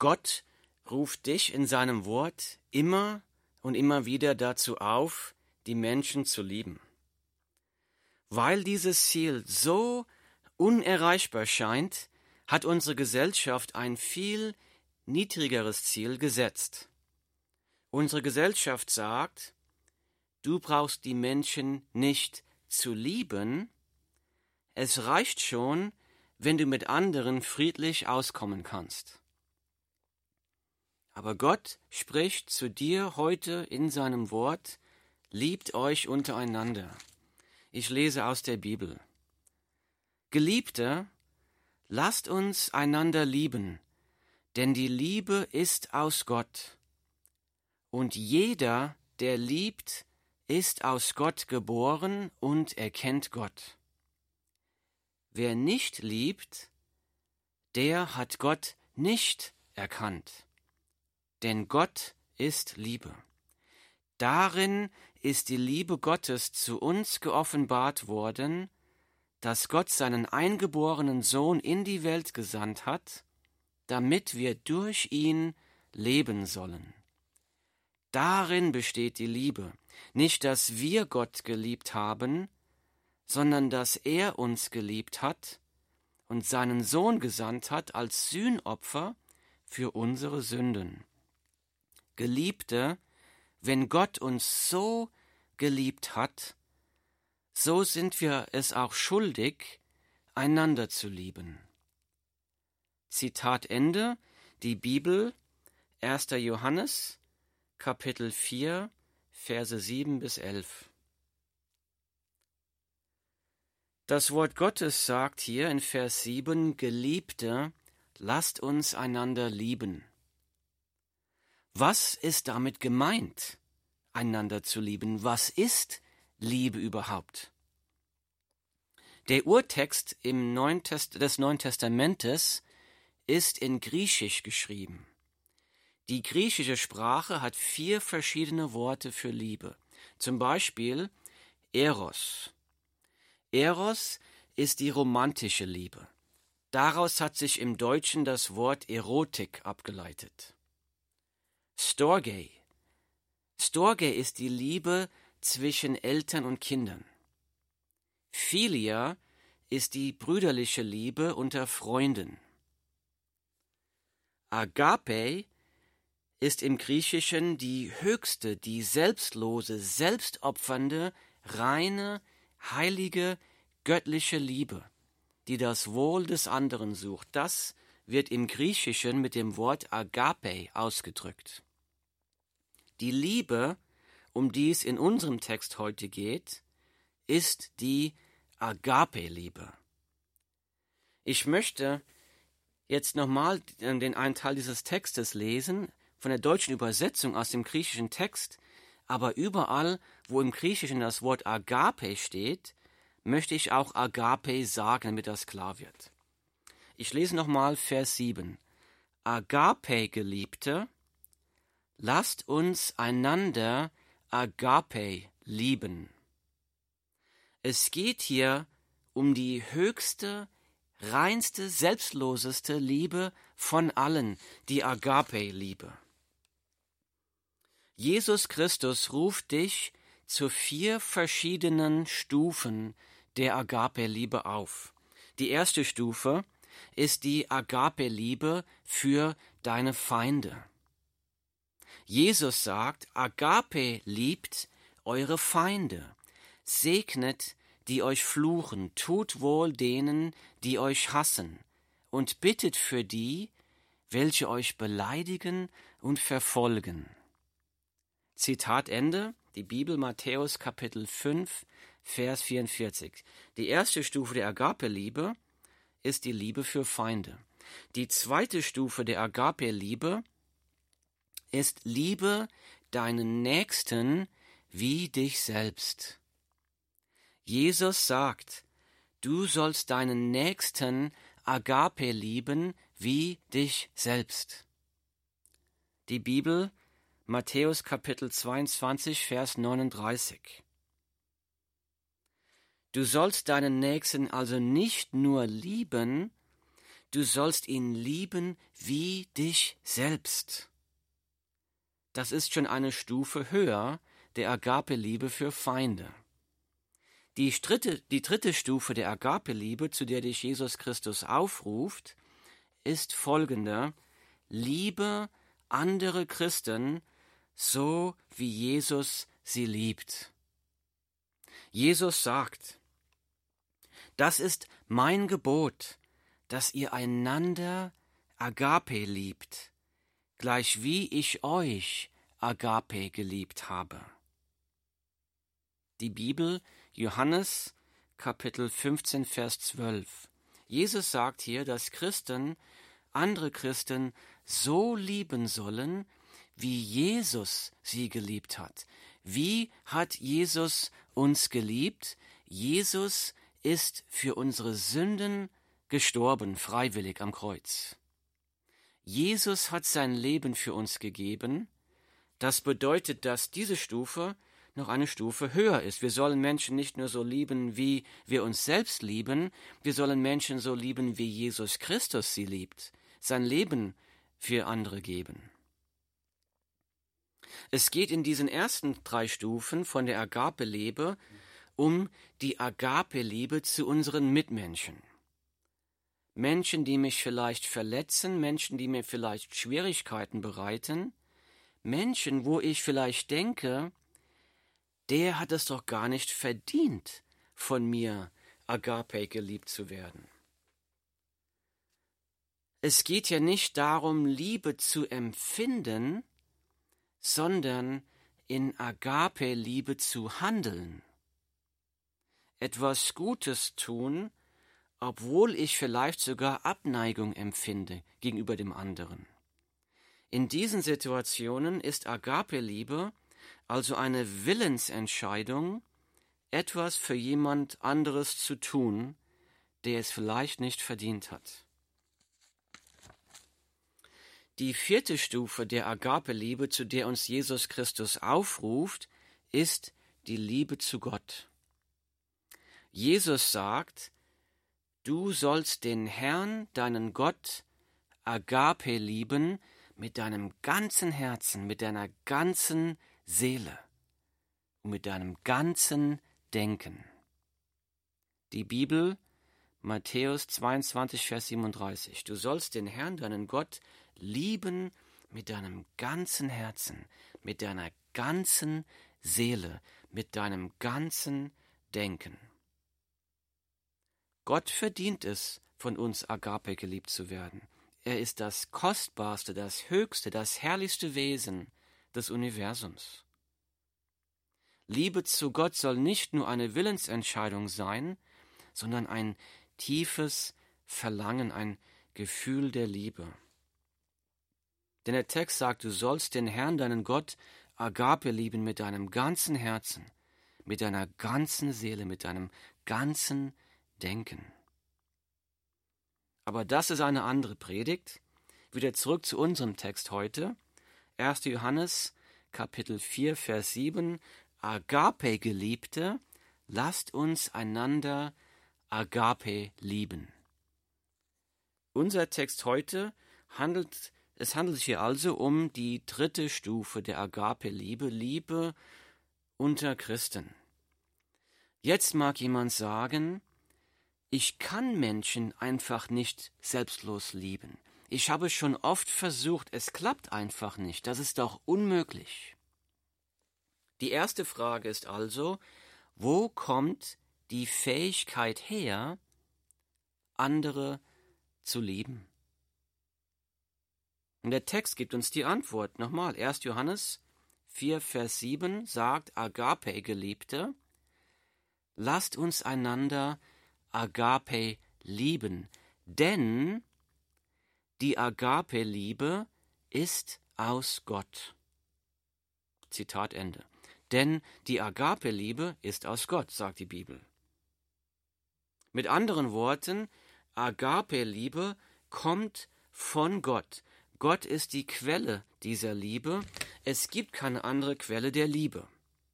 Gott ruft dich in seinem Wort immer und immer wieder dazu auf, die Menschen zu lieben. Weil dieses Ziel so unerreichbar scheint, hat unsere Gesellschaft ein viel niedrigeres Ziel gesetzt. Unsere Gesellschaft sagt, du brauchst die Menschen nicht zu lieben, es reicht schon, wenn du mit anderen friedlich auskommen kannst. Aber Gott spricht zu dir heute in seinem Wort, liebt euch untereinander. Ich lese aus der Bibel. Geliebte, lasst uns einander lieben, denn die Liebe ist aus Gott. Und jeder, der liebt, ist aus Gott geboren und erkennt Gott. Wer nicht liebt, der hat Gott nicht erkannt. Denn Gott ist Liebe. Darin ist die Liebe Gottes zu uns geoffenbart worden, dass Gott seinen eingeborenen Sohn in die Welt gesandt hat, damit wir durch ihn leben sollen. Darin besteht die Liebe, nicht, dass wir Gott geliebt haben, sondern dass er uns geliebt hat und seinen Sohn gesandt hat als Sühnopfer für unsere Sünden. Geliebte, wenn Gott uns so geliebt hat, so sind wir es auch schuldig, einander zu lieben. Zitat Ende, die Bibel, 1. Johannes, Kapitel 4, Verse 7 bis 11. Das Wort Gottes sagt hier in Vers 7, Geliebte, lasst uns einander lieben. Was ist damit gemeint, einander zu lieben? Was ist Liebe überhaupt? Der Urtext des Neuen Testamentes ist in Griechisch geschrieben. Die griechische Sprache hat 4 verschiedene Worte für Liebe. Zum Beispiel Eros. Eros ist die romantische Liebe. Daraus hat sich im Deutschen das Wort Erotik abgeleitet. Storge. Storge ist die Liebe zwischen Eltern und Kindern. Philia ist die brüderliche Liebe unter Freunden. Agape ist im Griechischen die höchste, die selbstlose, selbstopfernde, reine, heilige, göttliche Liebe, die das Wohl des anderen sucht. Das wird im Griechischen mit dem Wort Agape ausgedrückt. Die Liebe, um die es in unserem Text heute geht, ist die Agape-Liebe. Ich möchte jetzt nochmal den einen Teil dieses Textes lesen, von der deutschen Übersetzung aus dem griechischen Text, aber überall, wo im Griechischen das Wort Agape steht, möchte ich auch Agape sagen, damit das klar wird. Ich lese nochmal Vers 7. Agape, Geliebte, lasst uns einander Agape lieben. Es geht hier um die höchste, reinste, selbstloseste Liebe von allen, die Agape-Liebe. Jesus Christus ruft dich zu 4 verschiedenen Stufen der Agape-Liebe auf. Die erste Stufe ist die Agape-Liebe für deine Feinde. Jesus sagt, Agape liebt eure Feinde, segnet, die euch fluchen, tut wohl denen, die euch hassen, und bittet für die, welche euch beleidigen und verfolgen. Zitat Ende, die Bibel, Matthäus Kapitel 5, Vers 44. Die erste Stufe der Agape-Liebe ist die Liebe für Feinde. Die zweite Stufe der Agape-Liebe ist Liebe deinen Nächsten wie dich selbst. Jesus sagt, du sollst deinen Nächsten Agape lieben wie dich selbst. Die Bibel, Matthäus Kapitel 22, Vers 39. Du sollst deinen Nächsten also nicht nur lieben, du sollst ihn lieben wie dich selbst. Das ist schon eine Stufe höher der Agape-Liebe für Feinde. Die dritte Stufe der Agape-Liebe, zu der dich Jesus Christus aufruft, ist folgende: Liebe andere Christen so, wie Jesus sie liebt. Jesus sagt: Das ist mein Gebot, dass ihr einander Agape liebt, gleich wie ich euch Agape geliebt habe. Die Bibel, Johannes, Kapitel 15, Vers 12. Jesus sagt hier, dass Christen andere Christen so lieben sollen, wie Jesus sie geliebt hat. Wie hat Jesus uns geliebt? Jesus ist für unsere Sünden gestorben, freiwillig am Kreuz. Jesus hat sein Leben für uns gegeben. Das bedeutet, dass diese Stufe noch eine Stufe höher ist. Wir sollen Menschen nicht nur so lieben, wie wir uns selbst lieben, wir sollen Menschen so lieben, wie Jesus Christus sie liebt, sein Leben für andere geben. Es geht in diesen ersten 3 Stufen von der Agape-Liebe um die Agape-Liebe zu unseren Mitmenschen. Menschen, die mich vielleicht verletzen, Menschen, die mir vielleicht Schwierigkeiten bereiten, Menschen, wo ich vielleicht denke, der hat es doch gar nicht verdient, von mir Agape geliebt zu werden. Es geht ja nicht darum, Liebe zu empfinden, sondern in Agape-Liebe zu handeln. Etwas Gutes tun, obwohl ich vielleicht sogar Abneigung empfinde gegenüber dem anderen. In diesen Situationen ist Agape-Liebe also eine Willensentscheidung, etwas für jemand anderes zu tun, der es vielleicht nicht verdient hat. Die 4. Stufe der Agape-Liebe, zu der uns Jesus Christus aufruft, ist die Liebe zu Gott. Jesus sagt: Du sollst den Herrn, deinen Gott, Agape lieben, mit deinem ganzen Herzen, mit deiner ganzen Seele und mit deinem ganzen Denken. Die Bibel, Matthäus 22, Vers 37. Du sollst den Herrn, deinen Gott, lieben mit deinem ganzen Herzen, mit deiner ganzen Seele, mit deinem ganzen Denken. Gott verdient es, von uns Agape geliebt zu werden. Er ist das kostbarste, das höchste, das herrlichste Wesen des Universums. Liebe zu Gott soll nicht nur eine Willensentscheidung sein, sondern ein tiefes Verlangen, ein Gefühl der Liebe. Denn der Text sagt, du sollst den Herrn, deinen Gott, Agape lieben mit deinem ganzen Herzen, mit deiner ganzen Seele, mit deinem ganzen Denken. Aber das ist eine andere Predigt. Wieder zurück zu unserem Text heute. 1. Johannes, Kapitel 4, Vers 7. Agape, Geliebte, lasst uns einander Agape lieben. Unser Text heute handelt sich hier also um die 3. Stufe der Agape-Liebe, Liebe unter Christen. Jetzt mag jemand sagen, ich kann Menschen einfach nicht selbstlos lieben. Ich habe schon oft versucht, es klappt einfach nicht. Das ist doch unmöglich. Die erste Frage ist also, wo kommt die Fähigkeit her, andere zu lieben? Und der Text gibt uns die Antwort. Nochmal, 1. Johannes 4, Vers 7 sagt, Agape, Geliebte, lasst uns einander Agape lieben, denn die Agape-Liebe ist aus Gott. Zitat Ende. Denn die Agape-Liebe ist aus Gott, sagt die Bibel. Mit anderen Worten, Agape-Liebe kommt von Gott. Gott ist die Quelle dieser Liebe. Es gibt keine andere Quelle der Liebe.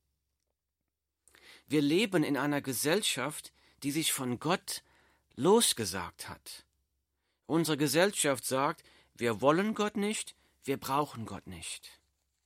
Wir leben in einer Gesellschaft, die sich von Gott losgesagt hat. Unsere Gesellschaft sagt, wir wollen Gott nicht, wir brauchen Gott nicht.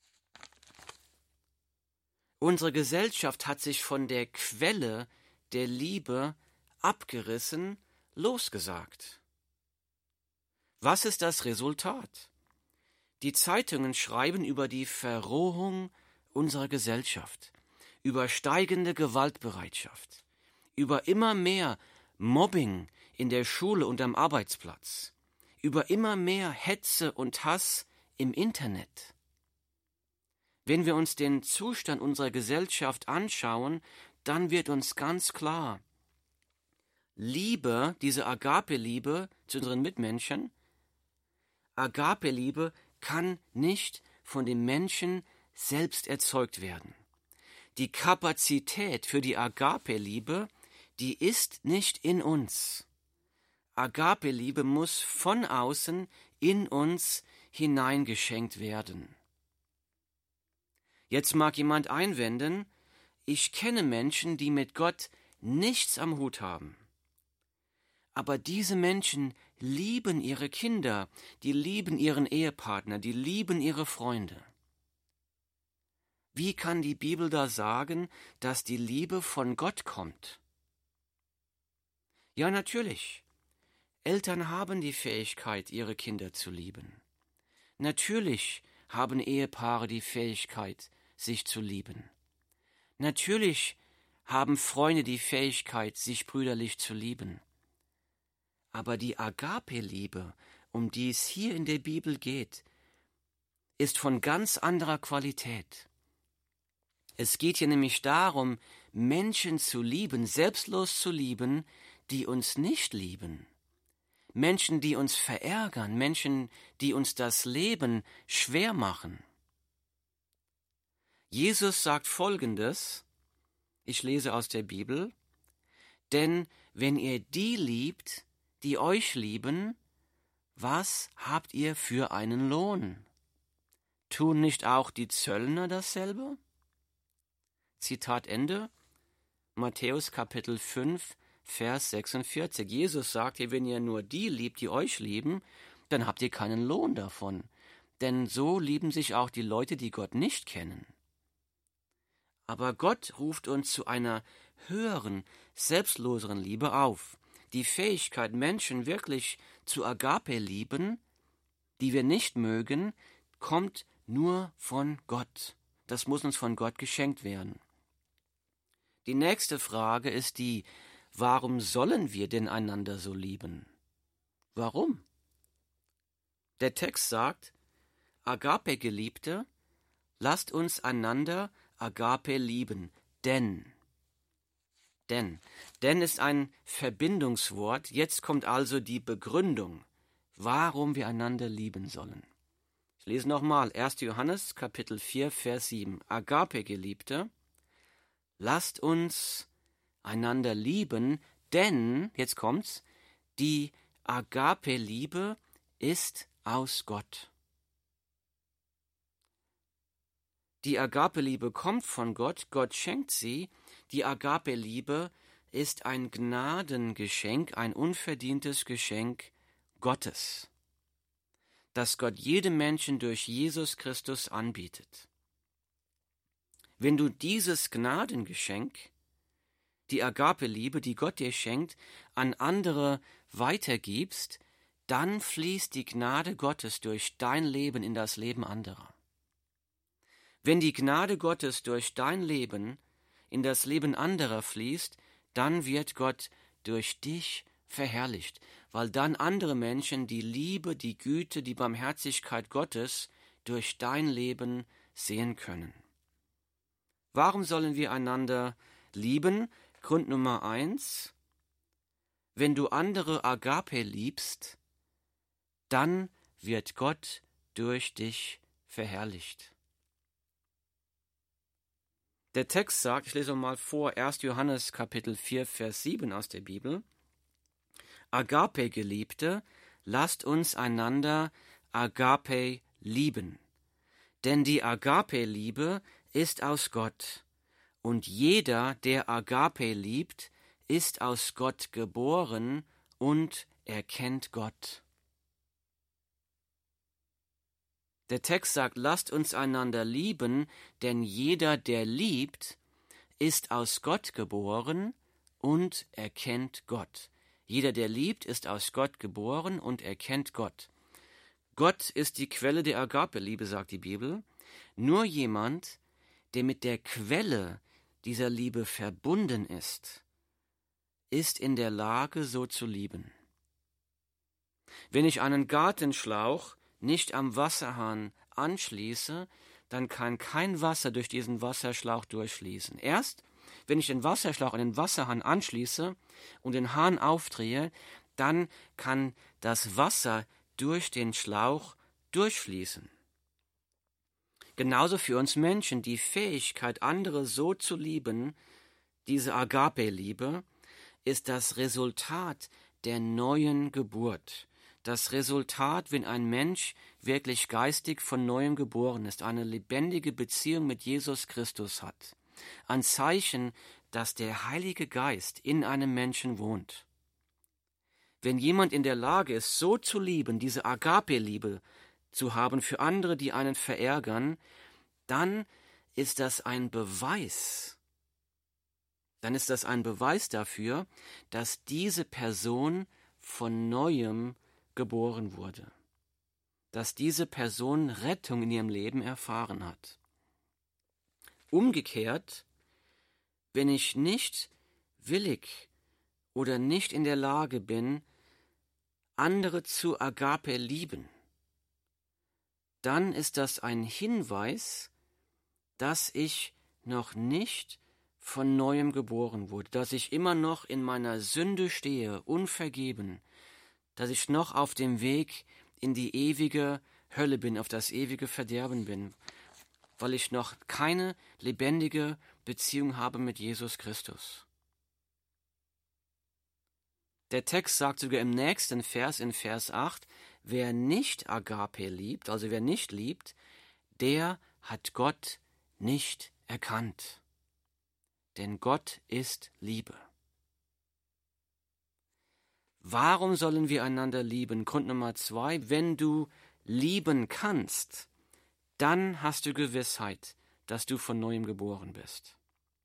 Unsere Gesellschaft hat sich von der Quelle der Liebe abgerissen, losgesagt. Was ist das Resultat? Die Zeitungen schreiben über die Verrohung unserer Gesellschaft, über steigende Gewaltbereitschaft, über immer mehr Mobbing in der Schule und am Arbeitsplatz, über immer mehr Hetze und Hass im Internet. Wenn wir uns den Zustand unserer Gesellschaft anschauen, dann wird uns ganz klar, Liebe, diese Agape-Liebe zu unseren Mitmenschen, Agape-Liebe kann nicht von dem Menschen selbst erzeugt werden. Die Kapazität für die Agape-Liebe, die ist nicht in uns. Agape-Liebe muss von außen in uns hineingeschenkt werden. Jetzt mag jemand einwenden, ich kenne Menschen, die mit Gott nichts am Hut haben. Aber diese Menschen lieben ihre Kinder, die lieben ihren Ehepartner, die lieben ihre Freunde. Wie kann die Bibel da sagen, dass die Liebe von Gott kommt? Ja, natürlich. Eltern haben die Fähigkeit, ihre Kinder zu lieben. Natürlich haben Ehepaare die Fähigkeit, sich zu lieben. Natürlich haben Freunde die Fähigkeit, sich brüderlich zu lieben. Aber die Agape-Liebe, um die es hier in der Bibel geht, ist von ganz anderer Qualität. Es geht hier nämlich darum, Menschen zu lieben, selbstlos zu lieben, die uns nicht lieben. Menschen, die uns verärgern, Menschen, die uns das Leben schwer machen. Jesus sagt Folgendes, ich lese aus der Bibel, denn wenn ihr die liebt, die euch lieben, was habt ihr für einen Lohn? Tun nicht auch die Zöllner dasselbe? Zitat Ende, Matthäus Kapitel 5, Vers 46. Jesus sagt hier, wenn ihr nur die liebt, die euch lieben, dann habt ihr keinen Lohn davon. Denn so lieben sich auch die Leute, die Gott nicht kennen. Aber Gott ruft uns zu einer höheren, selbstloseren Liebe auf. Die Fähigkeit, Menschen wirklich zu Agape lieben, die wir nicht mögen, kommt nur von Gott. Das muss uns von Gott geschenkt werden. Die nächste Frage ist die, warum sollen wir denn einander so lieben? Warum? Der Text sagt, Agape-Geliebte, lasst uns einander Agape lieben, denn ist ein Verbindungswort. Jetzt kommt also die Begründung, warum wir einander lieben sollen. Ich lese nochmal, 1. Johannes, Kapitel 4, Vers 7. Agape-Geliebte, lasst uns einander lieben, denn, jetzt kommt's, die Agape-Liebe ist aus Gott. Die Agape-Liebe kommt von Gott, Gott schenkt sie. Die Agape-Liebe ist ein Gnadengeschenk, ein unverdientes Geschenk Gottes, das Gott jedem Menschen durch Jesus Christus anbietet. Wenn du dieses Gnadengeschenk, die Agape-Liebe, die Gott dir schenkt, an andere weitergibst, dann fließt die Gnade Gottes durch dein Leben in das Leben anderer. Wenn die Gnade Gottes durch dein Leben in das Leben anderer fließt, dann wird Gott durch dich verherrlicht, weil dann andere Menschen die Liebe, die Güte, die Barmherzigkeit Gottes durch dein Leben sehen können. Warum sollen wir einander lieben? Grund Nummer 1, wenn du andere Agape liebst, dann wird Gott durch dich verherrlicht. Der Text sagt, ich lese mal vor, 1. Johannes Kapitel 4, Vers 7 aus der Bibel, Agape-Geliebte, lasst uns einander Agape lieben. Denn die Agape-Liebe ist aus Gott. Und jeder, der Agape liebt, ist aus Gott geboren und erkennt Gott. Der Text sagt, lasst uns einander lieben, denn jeder, der liebt, ist aus Gott geboren und erkennt Gott. Jeder, der liebt, ist aus Gott geboren und erkennt Gott. Gott ist die Quelle der Agape-Liebe, sagt die Bibel. Nur jemand, der mit der Quelle dieser Liebe verbunden ist in der Lage, so zu lieben. Wenn ich einen Gartenschlauch nicht am Wasserhahn anschließe, dann kann kein Wasser durch diesen Wasserschlauch durchfließen. Erst, wenn ich den Wasserschlauch an den Wasserhahn anschließe und den Hahn aufdrehe, dann kann das Wasser durch den Schlauch durchfließen. Genauso für uns Menschen die Fähigkeit, andere so zu lieben, diese Agape-Liebe, ist das Resultat der neuen Geburt. Das Resultat, wenn ein Mensch wirklich geistig von Neuem geboren ist, eine lebendige Beziehung mit Jesus Christus hat. Ein Zeichen, dass der Heilige Geist in einem Menschen wohnt. Wenn jemand in der Lage ist, so zu lieben, diese Agape-Liebe zu haben für andere, die einen verärgern, dann ist das ein Beweis. Dann ist das ein Beweis dafür, dass diese Person von Neuem geboren wurde. Dass diese Person Rettung in ihrem Leben erfahren hat. Umgekehrt, wenn ich nicht willig oder nicht in der Lage bin, andere zu Agape lieben, dann ist das ein Hinweis, dass ich noch nicht von Neuem geboren wurde, dass ich immer noch in meiner Sünde stehe, unvergeben, dass ich noch auf dem Weg in die ewige Hölle bin, auf das ewige Verderben bin, weil ich noch keine lebendige Beziehung habe mit Jesus Christus. Der Text sagt sogar im nächsten Vers, in Vers 8, wer nicht Agape liebt, also wer nicht liebt, der hat Gott nicht erkannt. Denn Gott ist Liebe. Warum sollen wir einander lieben? Grund Nummer 2, wenn du lieben kannst, dann hast du Gewissheit, dass du von Neuem geboren bist.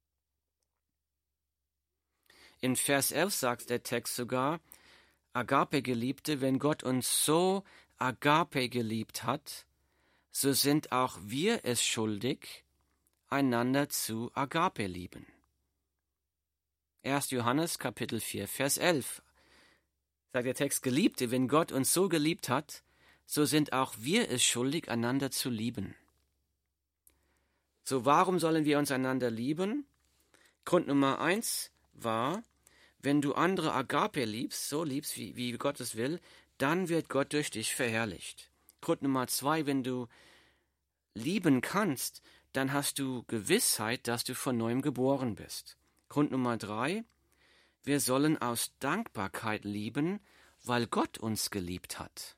In Vers 11 sagt der Text sogar, Agape-Geliebte, wenn Gott uns so Agape geliebt hat, so sind auch wir es schuldig, einander zu Agape lieben. 1. Johannes, Kapitel 4, Vers 11, sagt der Text, Geliebte, wenn Gott uns so geliebt hat, so sind auch wir es schuldig, einander zu lieben. So, warum sollen wir uns einander lieben? Grund Nummer 1 war, wenn du andere Agape liebst, so liebst, wie Gott es will, dann wird Gott durch dich verherrlicht. Grund Nummer 2, wenn du lieben kannst, dann hast du Gewissheit, dass du von Neuem geboren bist. Grund Nummer 3, wir sollen aus Dankbarkeit lieben, weil Gott uns geliebt hat.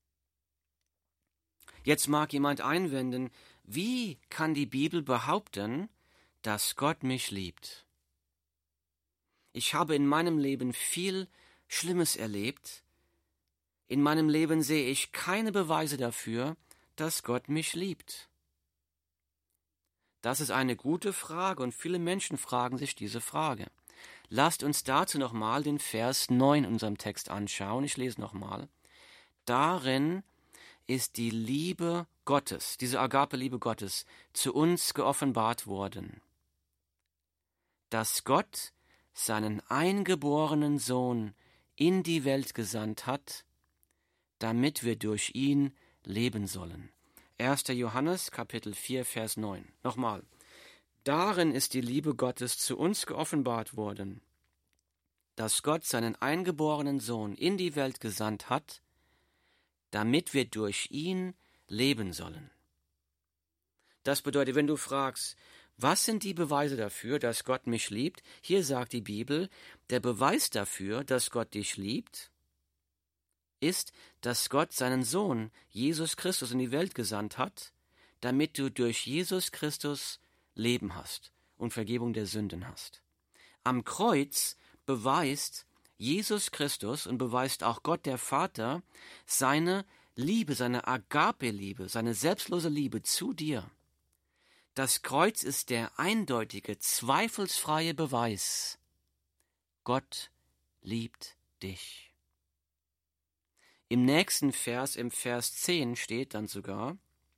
Jetzt mag jemand einwenden, wie kann die Bibel behaupten, dass Gott mich liebt? Ich habe in meinem Leben viel Schlimmes erlebt. In meinem Leben sehe ich keine Beweise dafür, dass Gott mich liebt. Das ist eine gute Frage und viele Menschen fragen sich diese Frage. Lasst uns dazu nochmal den Vers 9 in unserem Text anschauen. Ich lese nochmal. Darin ist die Liebe Gottes, diese Agape-Liebe Gottes, zu uns geoffenbart worden, dass Gott seinen eingeborenen Sohn in die Welt gesandt hat, damit wir durch ihn leben sollen. 1. Johannes, Kapitel 4, Vers 9. Nochmal. Darin ist die Liebe Gottes zu uns geoffenbart worden, dass Gott seinen eingeborenen Sohn in die Welt gesandt hat, damit wir durch ihn leben sollen. Das bedeutet, wenn du fragst, was sind die Beweise dafür, dass Gott mich liebt? Hier sagt die Bibel, der Beweis dafür, dass Gott dich liebt, ist, dass Gott seinen Sohn, Jesus Christus, in die Welt gesandt hat, damit du durch Jesus Christus Leben hast und Vergebung der Sünden hast. Am Kreuz beweist Jesus Christus und beweist auch Gott der Vater seine Liebe, seine Agape-Liebe, seine selbstlose Liebe zu dir. Das Kreuz ist der eindeutige, zweifelsfreie Beweis. Gott liebt dich. Im nächsten Vers, im Vers 10 steht dann sogar,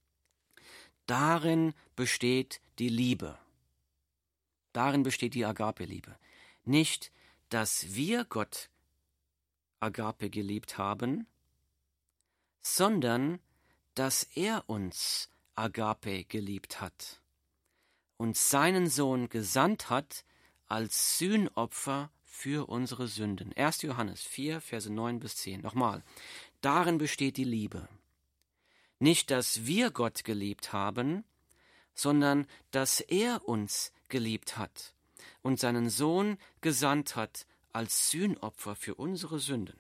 darin besteht die Liebe. Darin besteht die Agape-Liebe. Nicht, dass wir Gott Agape geliebt haben, sondern dass er uns Agape geliebt hat und seinen Sohn gesandt hat als Sühnopfer für unsere Sünden. 1. Johannes 4, Verse 9 bis 10. Nochmal, darin besteht die Liebe. Nicht, dass wir Gott geliebt haben, sondern dass er uns geliebt hat und seinen Sohn gesandt hat als Sühnopfer für unsere Sünden.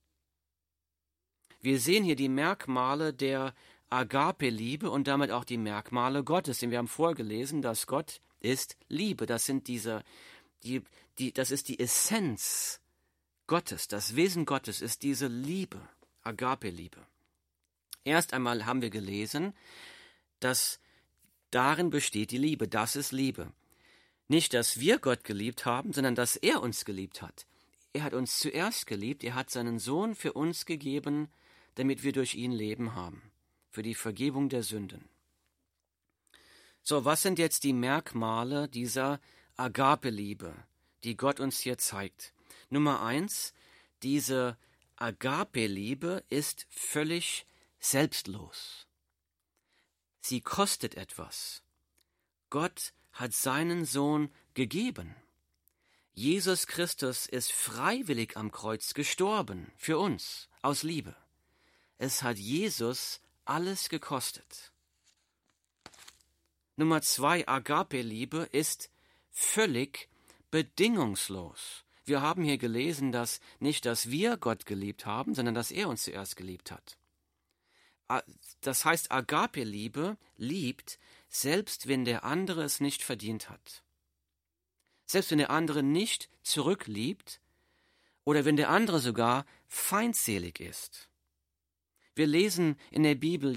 Wir sehen hier die Merkmale der Agape-Liebe und damit auch die Merkmale Gottes. Denn wir haben vorgelesen, dass Gott ist Liebe. Das ist die Essenz Gottes. Das Wesen Gottes ist diese Liebe, Agape-Liebe. Erst einmal haben wir gelesen, dass darin besteht die Liebe. Das ist Liebe. Nicht, dass wir Gott geliebt haben, sondern dass er uns geliebt hat. Er hat uns zuerst geliebt. Er hat seinen Sohn für uns gegeben, damit wir durch ihn Leben haben, für die Vergebung der Sünden. So, was sind jetzt die Merkmale dieser Agape-Liebe, die Gott uns hier zeigt? Nummer 1, diese Agape-Liebe ist völlig selbstlos. Sie kostet etwas. Gott hat seinen Sohn gegeben. Jesus Christus ist freiwillig am Kreuz gestorben für uns, aus Liebe. Es hat Jesus alles gekostet. Nummer 2, Agape-Liebe ist völlig bedingungslos. Wir haben hier gelesen, dass nicht, dass wir Gott geliebt haben, sondern dass er uns zuerst geliebt hat. Das heißt, Agape-Liebe liebt, selbst wenn der andere es nicht verdient hat. Selbst wenn der andere nicht zurückliebt oder wenn der andere sogar feindselig ist. Wir lesen in der Bibel,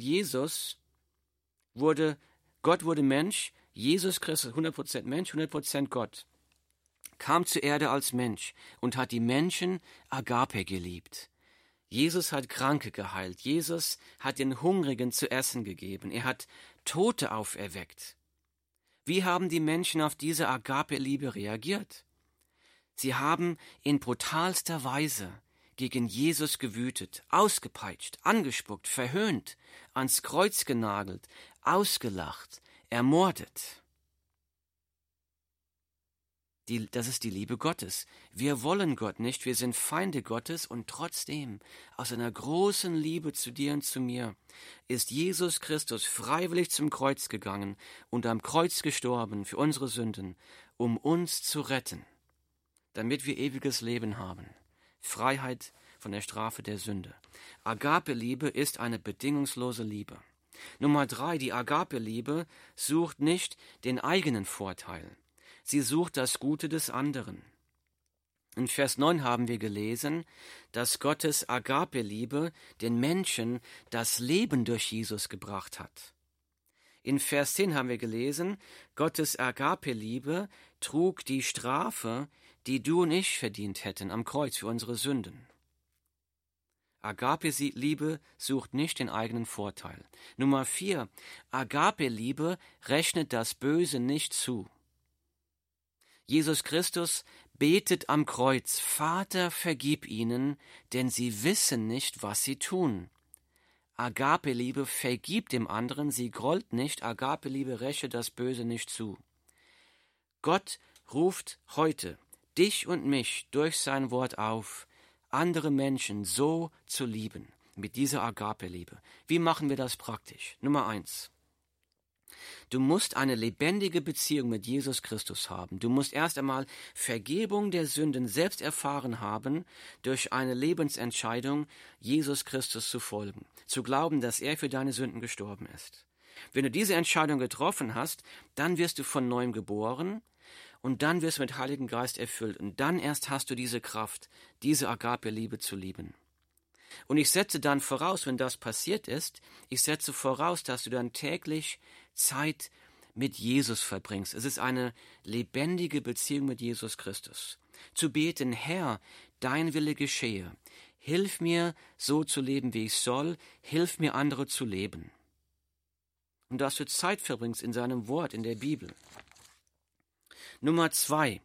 Gott wurde Mensch, Jesus Christus, 100% Mensch, 100% Gott, kam zur Erde als Mensch und hat die Menschen Agape geliebt. Jesus hat Kranke geheilt, Jesus hat den Hungrigen zu essen gegeben, er hat Tote auferweckt. Wie haben die Menschen auf diese Agape-Liebe reagiert? Sie haben in brutalster Weise gegen Jesus gewütet, ausgepeitscht, angespuckt, verhöhnt, ans Kreuz genagelt, ausgelacht, ermordet. Das ist die Liebe Gottes. Wir wollen Gott nicht, wir sind Feinde Gottes und trotzdem, aus einer großen Liebe zu dir und zu mir, ist Jesus Christus freiwillig zum Kreuz gegangen und am Kreuz gestorben für unsere Sünden, um uns zu retten, damit wir ewiges Leben haben. Freiheit von der Strafe der Sünde. Agape-Liebe ist eine bedingungslose Liebe. Nummer 3, die Agape-Liebe sucht nicht den eigenen Vorteil. Sie sucht das Gute des anderen. In Vers 9 haben wir gelesen, dass Gottes Agape-Liebe den Menschen das Leben durch Jesus gebracht hat. In Vers 10 haben wir gelesen, Gottes Agape-Liebe trug die Strafe, die du und ich verdient hätten am Kreuz für unsere Sünden. Agape-Liebe sucht nicht den eigenen Vorteil. Nummer 4, Agape-Liebe rechnet das Böse nicht zu. Jesus Christus betet am Kreuz, Vater, vergib ihnen, denn sie wissen nicht, was sie tun. Agape-Liebe vergibt dem anderen, sie grollt nicht, Agape-Liebe räche das Böse nicht zu. Gott ruft heute dich und mich durch sein Wort auf, andere Menschen so zu lieben, mit dieser Agape-Liebe. Wie machen wir das praktisch? Nummer 1. Du musst eine lebendige Beziehung mit Jesus Christus haben. Du musst erst einmal Vergebung der Sünden selbst erfahren haben, durch eine Lebensentscheidung, Jesus Christus zu folgen, zu glauben, dass er für deine Sünden gestorben ist. Wenn du diese Entscheidung getroffen hast, dann wirst du von neuem geboren und dann wirst du mit Heiligen Geist erfüllt und dann erst hast du diese Kraft, diese Agape-Liebe zu lieben. Und ich setze dann voraus, wenn das passiert ist, ich setze voraus, dass du dann täglich Zeit mit Jesus verbringst. Es ist eine lebendige Beziehung mit Jesus Christus. Zu beten, Herr, dein Wille geschehe. Hilf mir, so zu leben, wie ich soll. Hilf mir, andere zu leben. Und dass du Zeit verbringst in seinem Wort, in der Bibel. Nummer 2.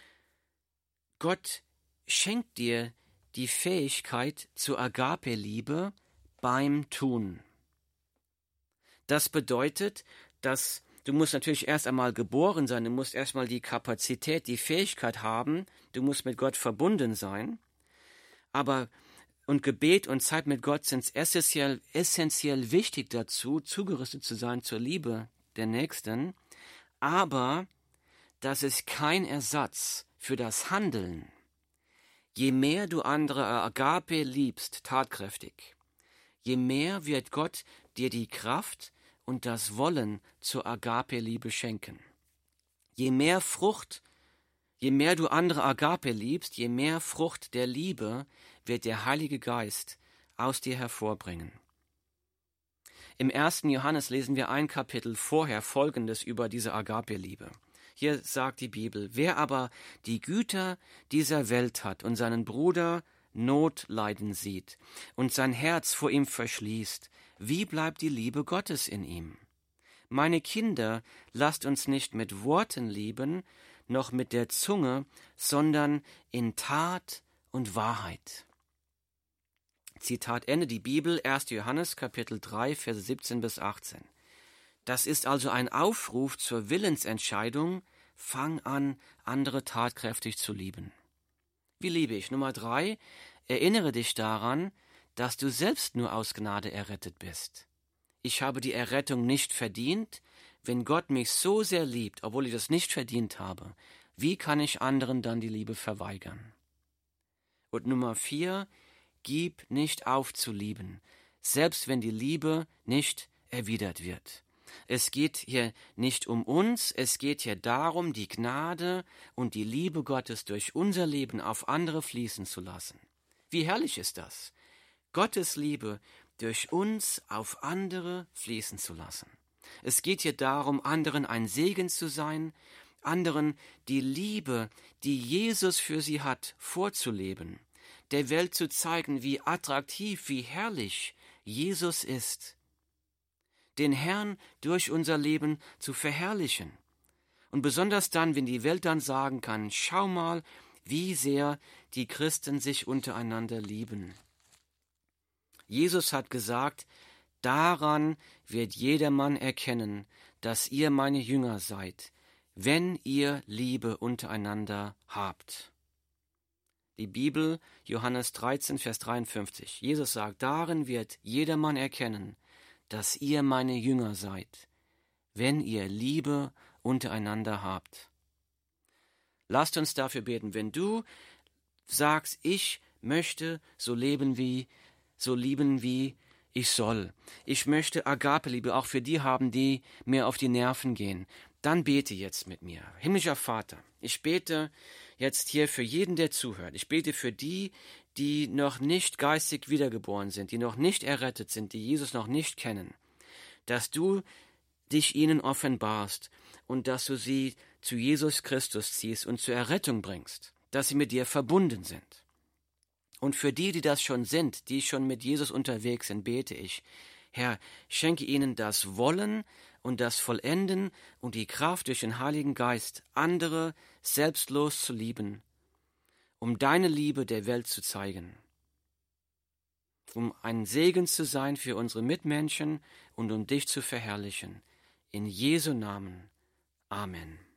Gott schenkt dir die Fähigkeit zur Agape-Liebe beim Tun. Das bedeutet, dass du musst natürlich erst einmal geboren sein, du musst erstmal die Kapazität, die Fähigkeit haben, du musst mit Gott verbunden sein, und Gebet und Zeit mit Gott sind essentiell wichtig dazu, zugerüstet zu sein zur Liebe der Nächsten, aber das ist kein Ersatz für das Handeln. Je mehr du andere Agape liebst, tatkräftig, je mehr wird Gott dir die Kraft und das Wollen zur Agape-Liebe schenken. Je mehr du andere Agape liebst, je mehr Frucht der Liebe wird der Heilige Geist aus dir hervorbringen. Im 1. Johannes lesen wir ein Kapitel vorher Folgendes über diese Agape-Liebe. Hier sagt die Bibel, wer aber die Güter dieser Welt hat und seinen Bruder Not leiden sieht und sein Herz vor ihm verschließt, wie bleibt die Liebe Gottes in ihm? Meine Kinder, lasst uns nicht mit Worten lieben, noch mit der Zunge, sondern in Tat und Wahrheit. Zitat Ende, die Bibel, 1. Johannes, Kapitel 3, Verse 17 bis 18. Das ist also ein Aufruf zur Willensentscheidung, fang an, andere tatkräftig zu lieben. Wie liebe ich? Nummer 3, erinnere dich daran, dass du selbst nur aus Gnade errettet bist. Ich habe die Errettung nicht verdient. Wenn Gott mich so sehr liebt, obwohl ich das nicht verdient habe, wie kann ich anderen dann die Liebe verweigern? Und Nummer 4, gib nicht auf zu lieben, selbst wenn die Liebe nicht erwidert wird. Es geht hier nicht um uns, es geht hier darum, die Gnade und die Liebe Gottes durch unser Leben auf andere fließen zu lassen. Wie herrlich ist das, Gottes Liebe durch uns auf andere fließen zu lassen. Es geht hier darum, anderen ein Segen zu sein, anderen die Liebe, die Jesus für sie hat, vorzuleben, der Welt zu zeigen, wie attraktiv, wie herrlich Jesus ist, den Herrn durch unser Leben zu verherrlichen. Und besonders dann, wenn die Welt dann sagen kann, schau mal, wie sehr die Christen sich untereinander lieben. Jesus hat gesagt, daran wird jedermann erkennen, dass ihr meine Jünger seid, wenn ihr Liebe untereinander habt. Die Bibel, Johannes 13, Vers 53. Jesus sagt, darin wird jedermann erkennen, dass ihr meine Jünger seid, wenn ihr Liebe untereinander habt. Lasst uns dafür beten, wenn du sagst, ich möchte so lieben, wie ich soll. Ich möchte Agape-Liebe auch für die haben, die mir auf die Nerven gehen. Dann bete jetzt mit mir. Himmlischer Vater, ich bete jetzt hier für jeden, der zuhört. Ich bete für die, die noch nicht geistig wiedergeboren sind, die noch nicht errettet sind, die Jesus noch nicht kennen, dass du dich ihnen offenbarst und dass du sie zu Jesus Christus ziehst und zur Errettung bringst, dass sie mit dir verbunden sind. Und für die, die das schon sind, die schon mit Jesus unterwegs sind, bete ich, Herr, schenke ihnen das Wollen und das Vollenden und die Kraft durch den Heiligen Geist, andere selbstlos zu lieben, um deine Liebe der Welt zu zeigen, um ein Segen zu sein für unsere Mitmenschen und um dich zu verherrlichen. In Jesu Namen. Amen.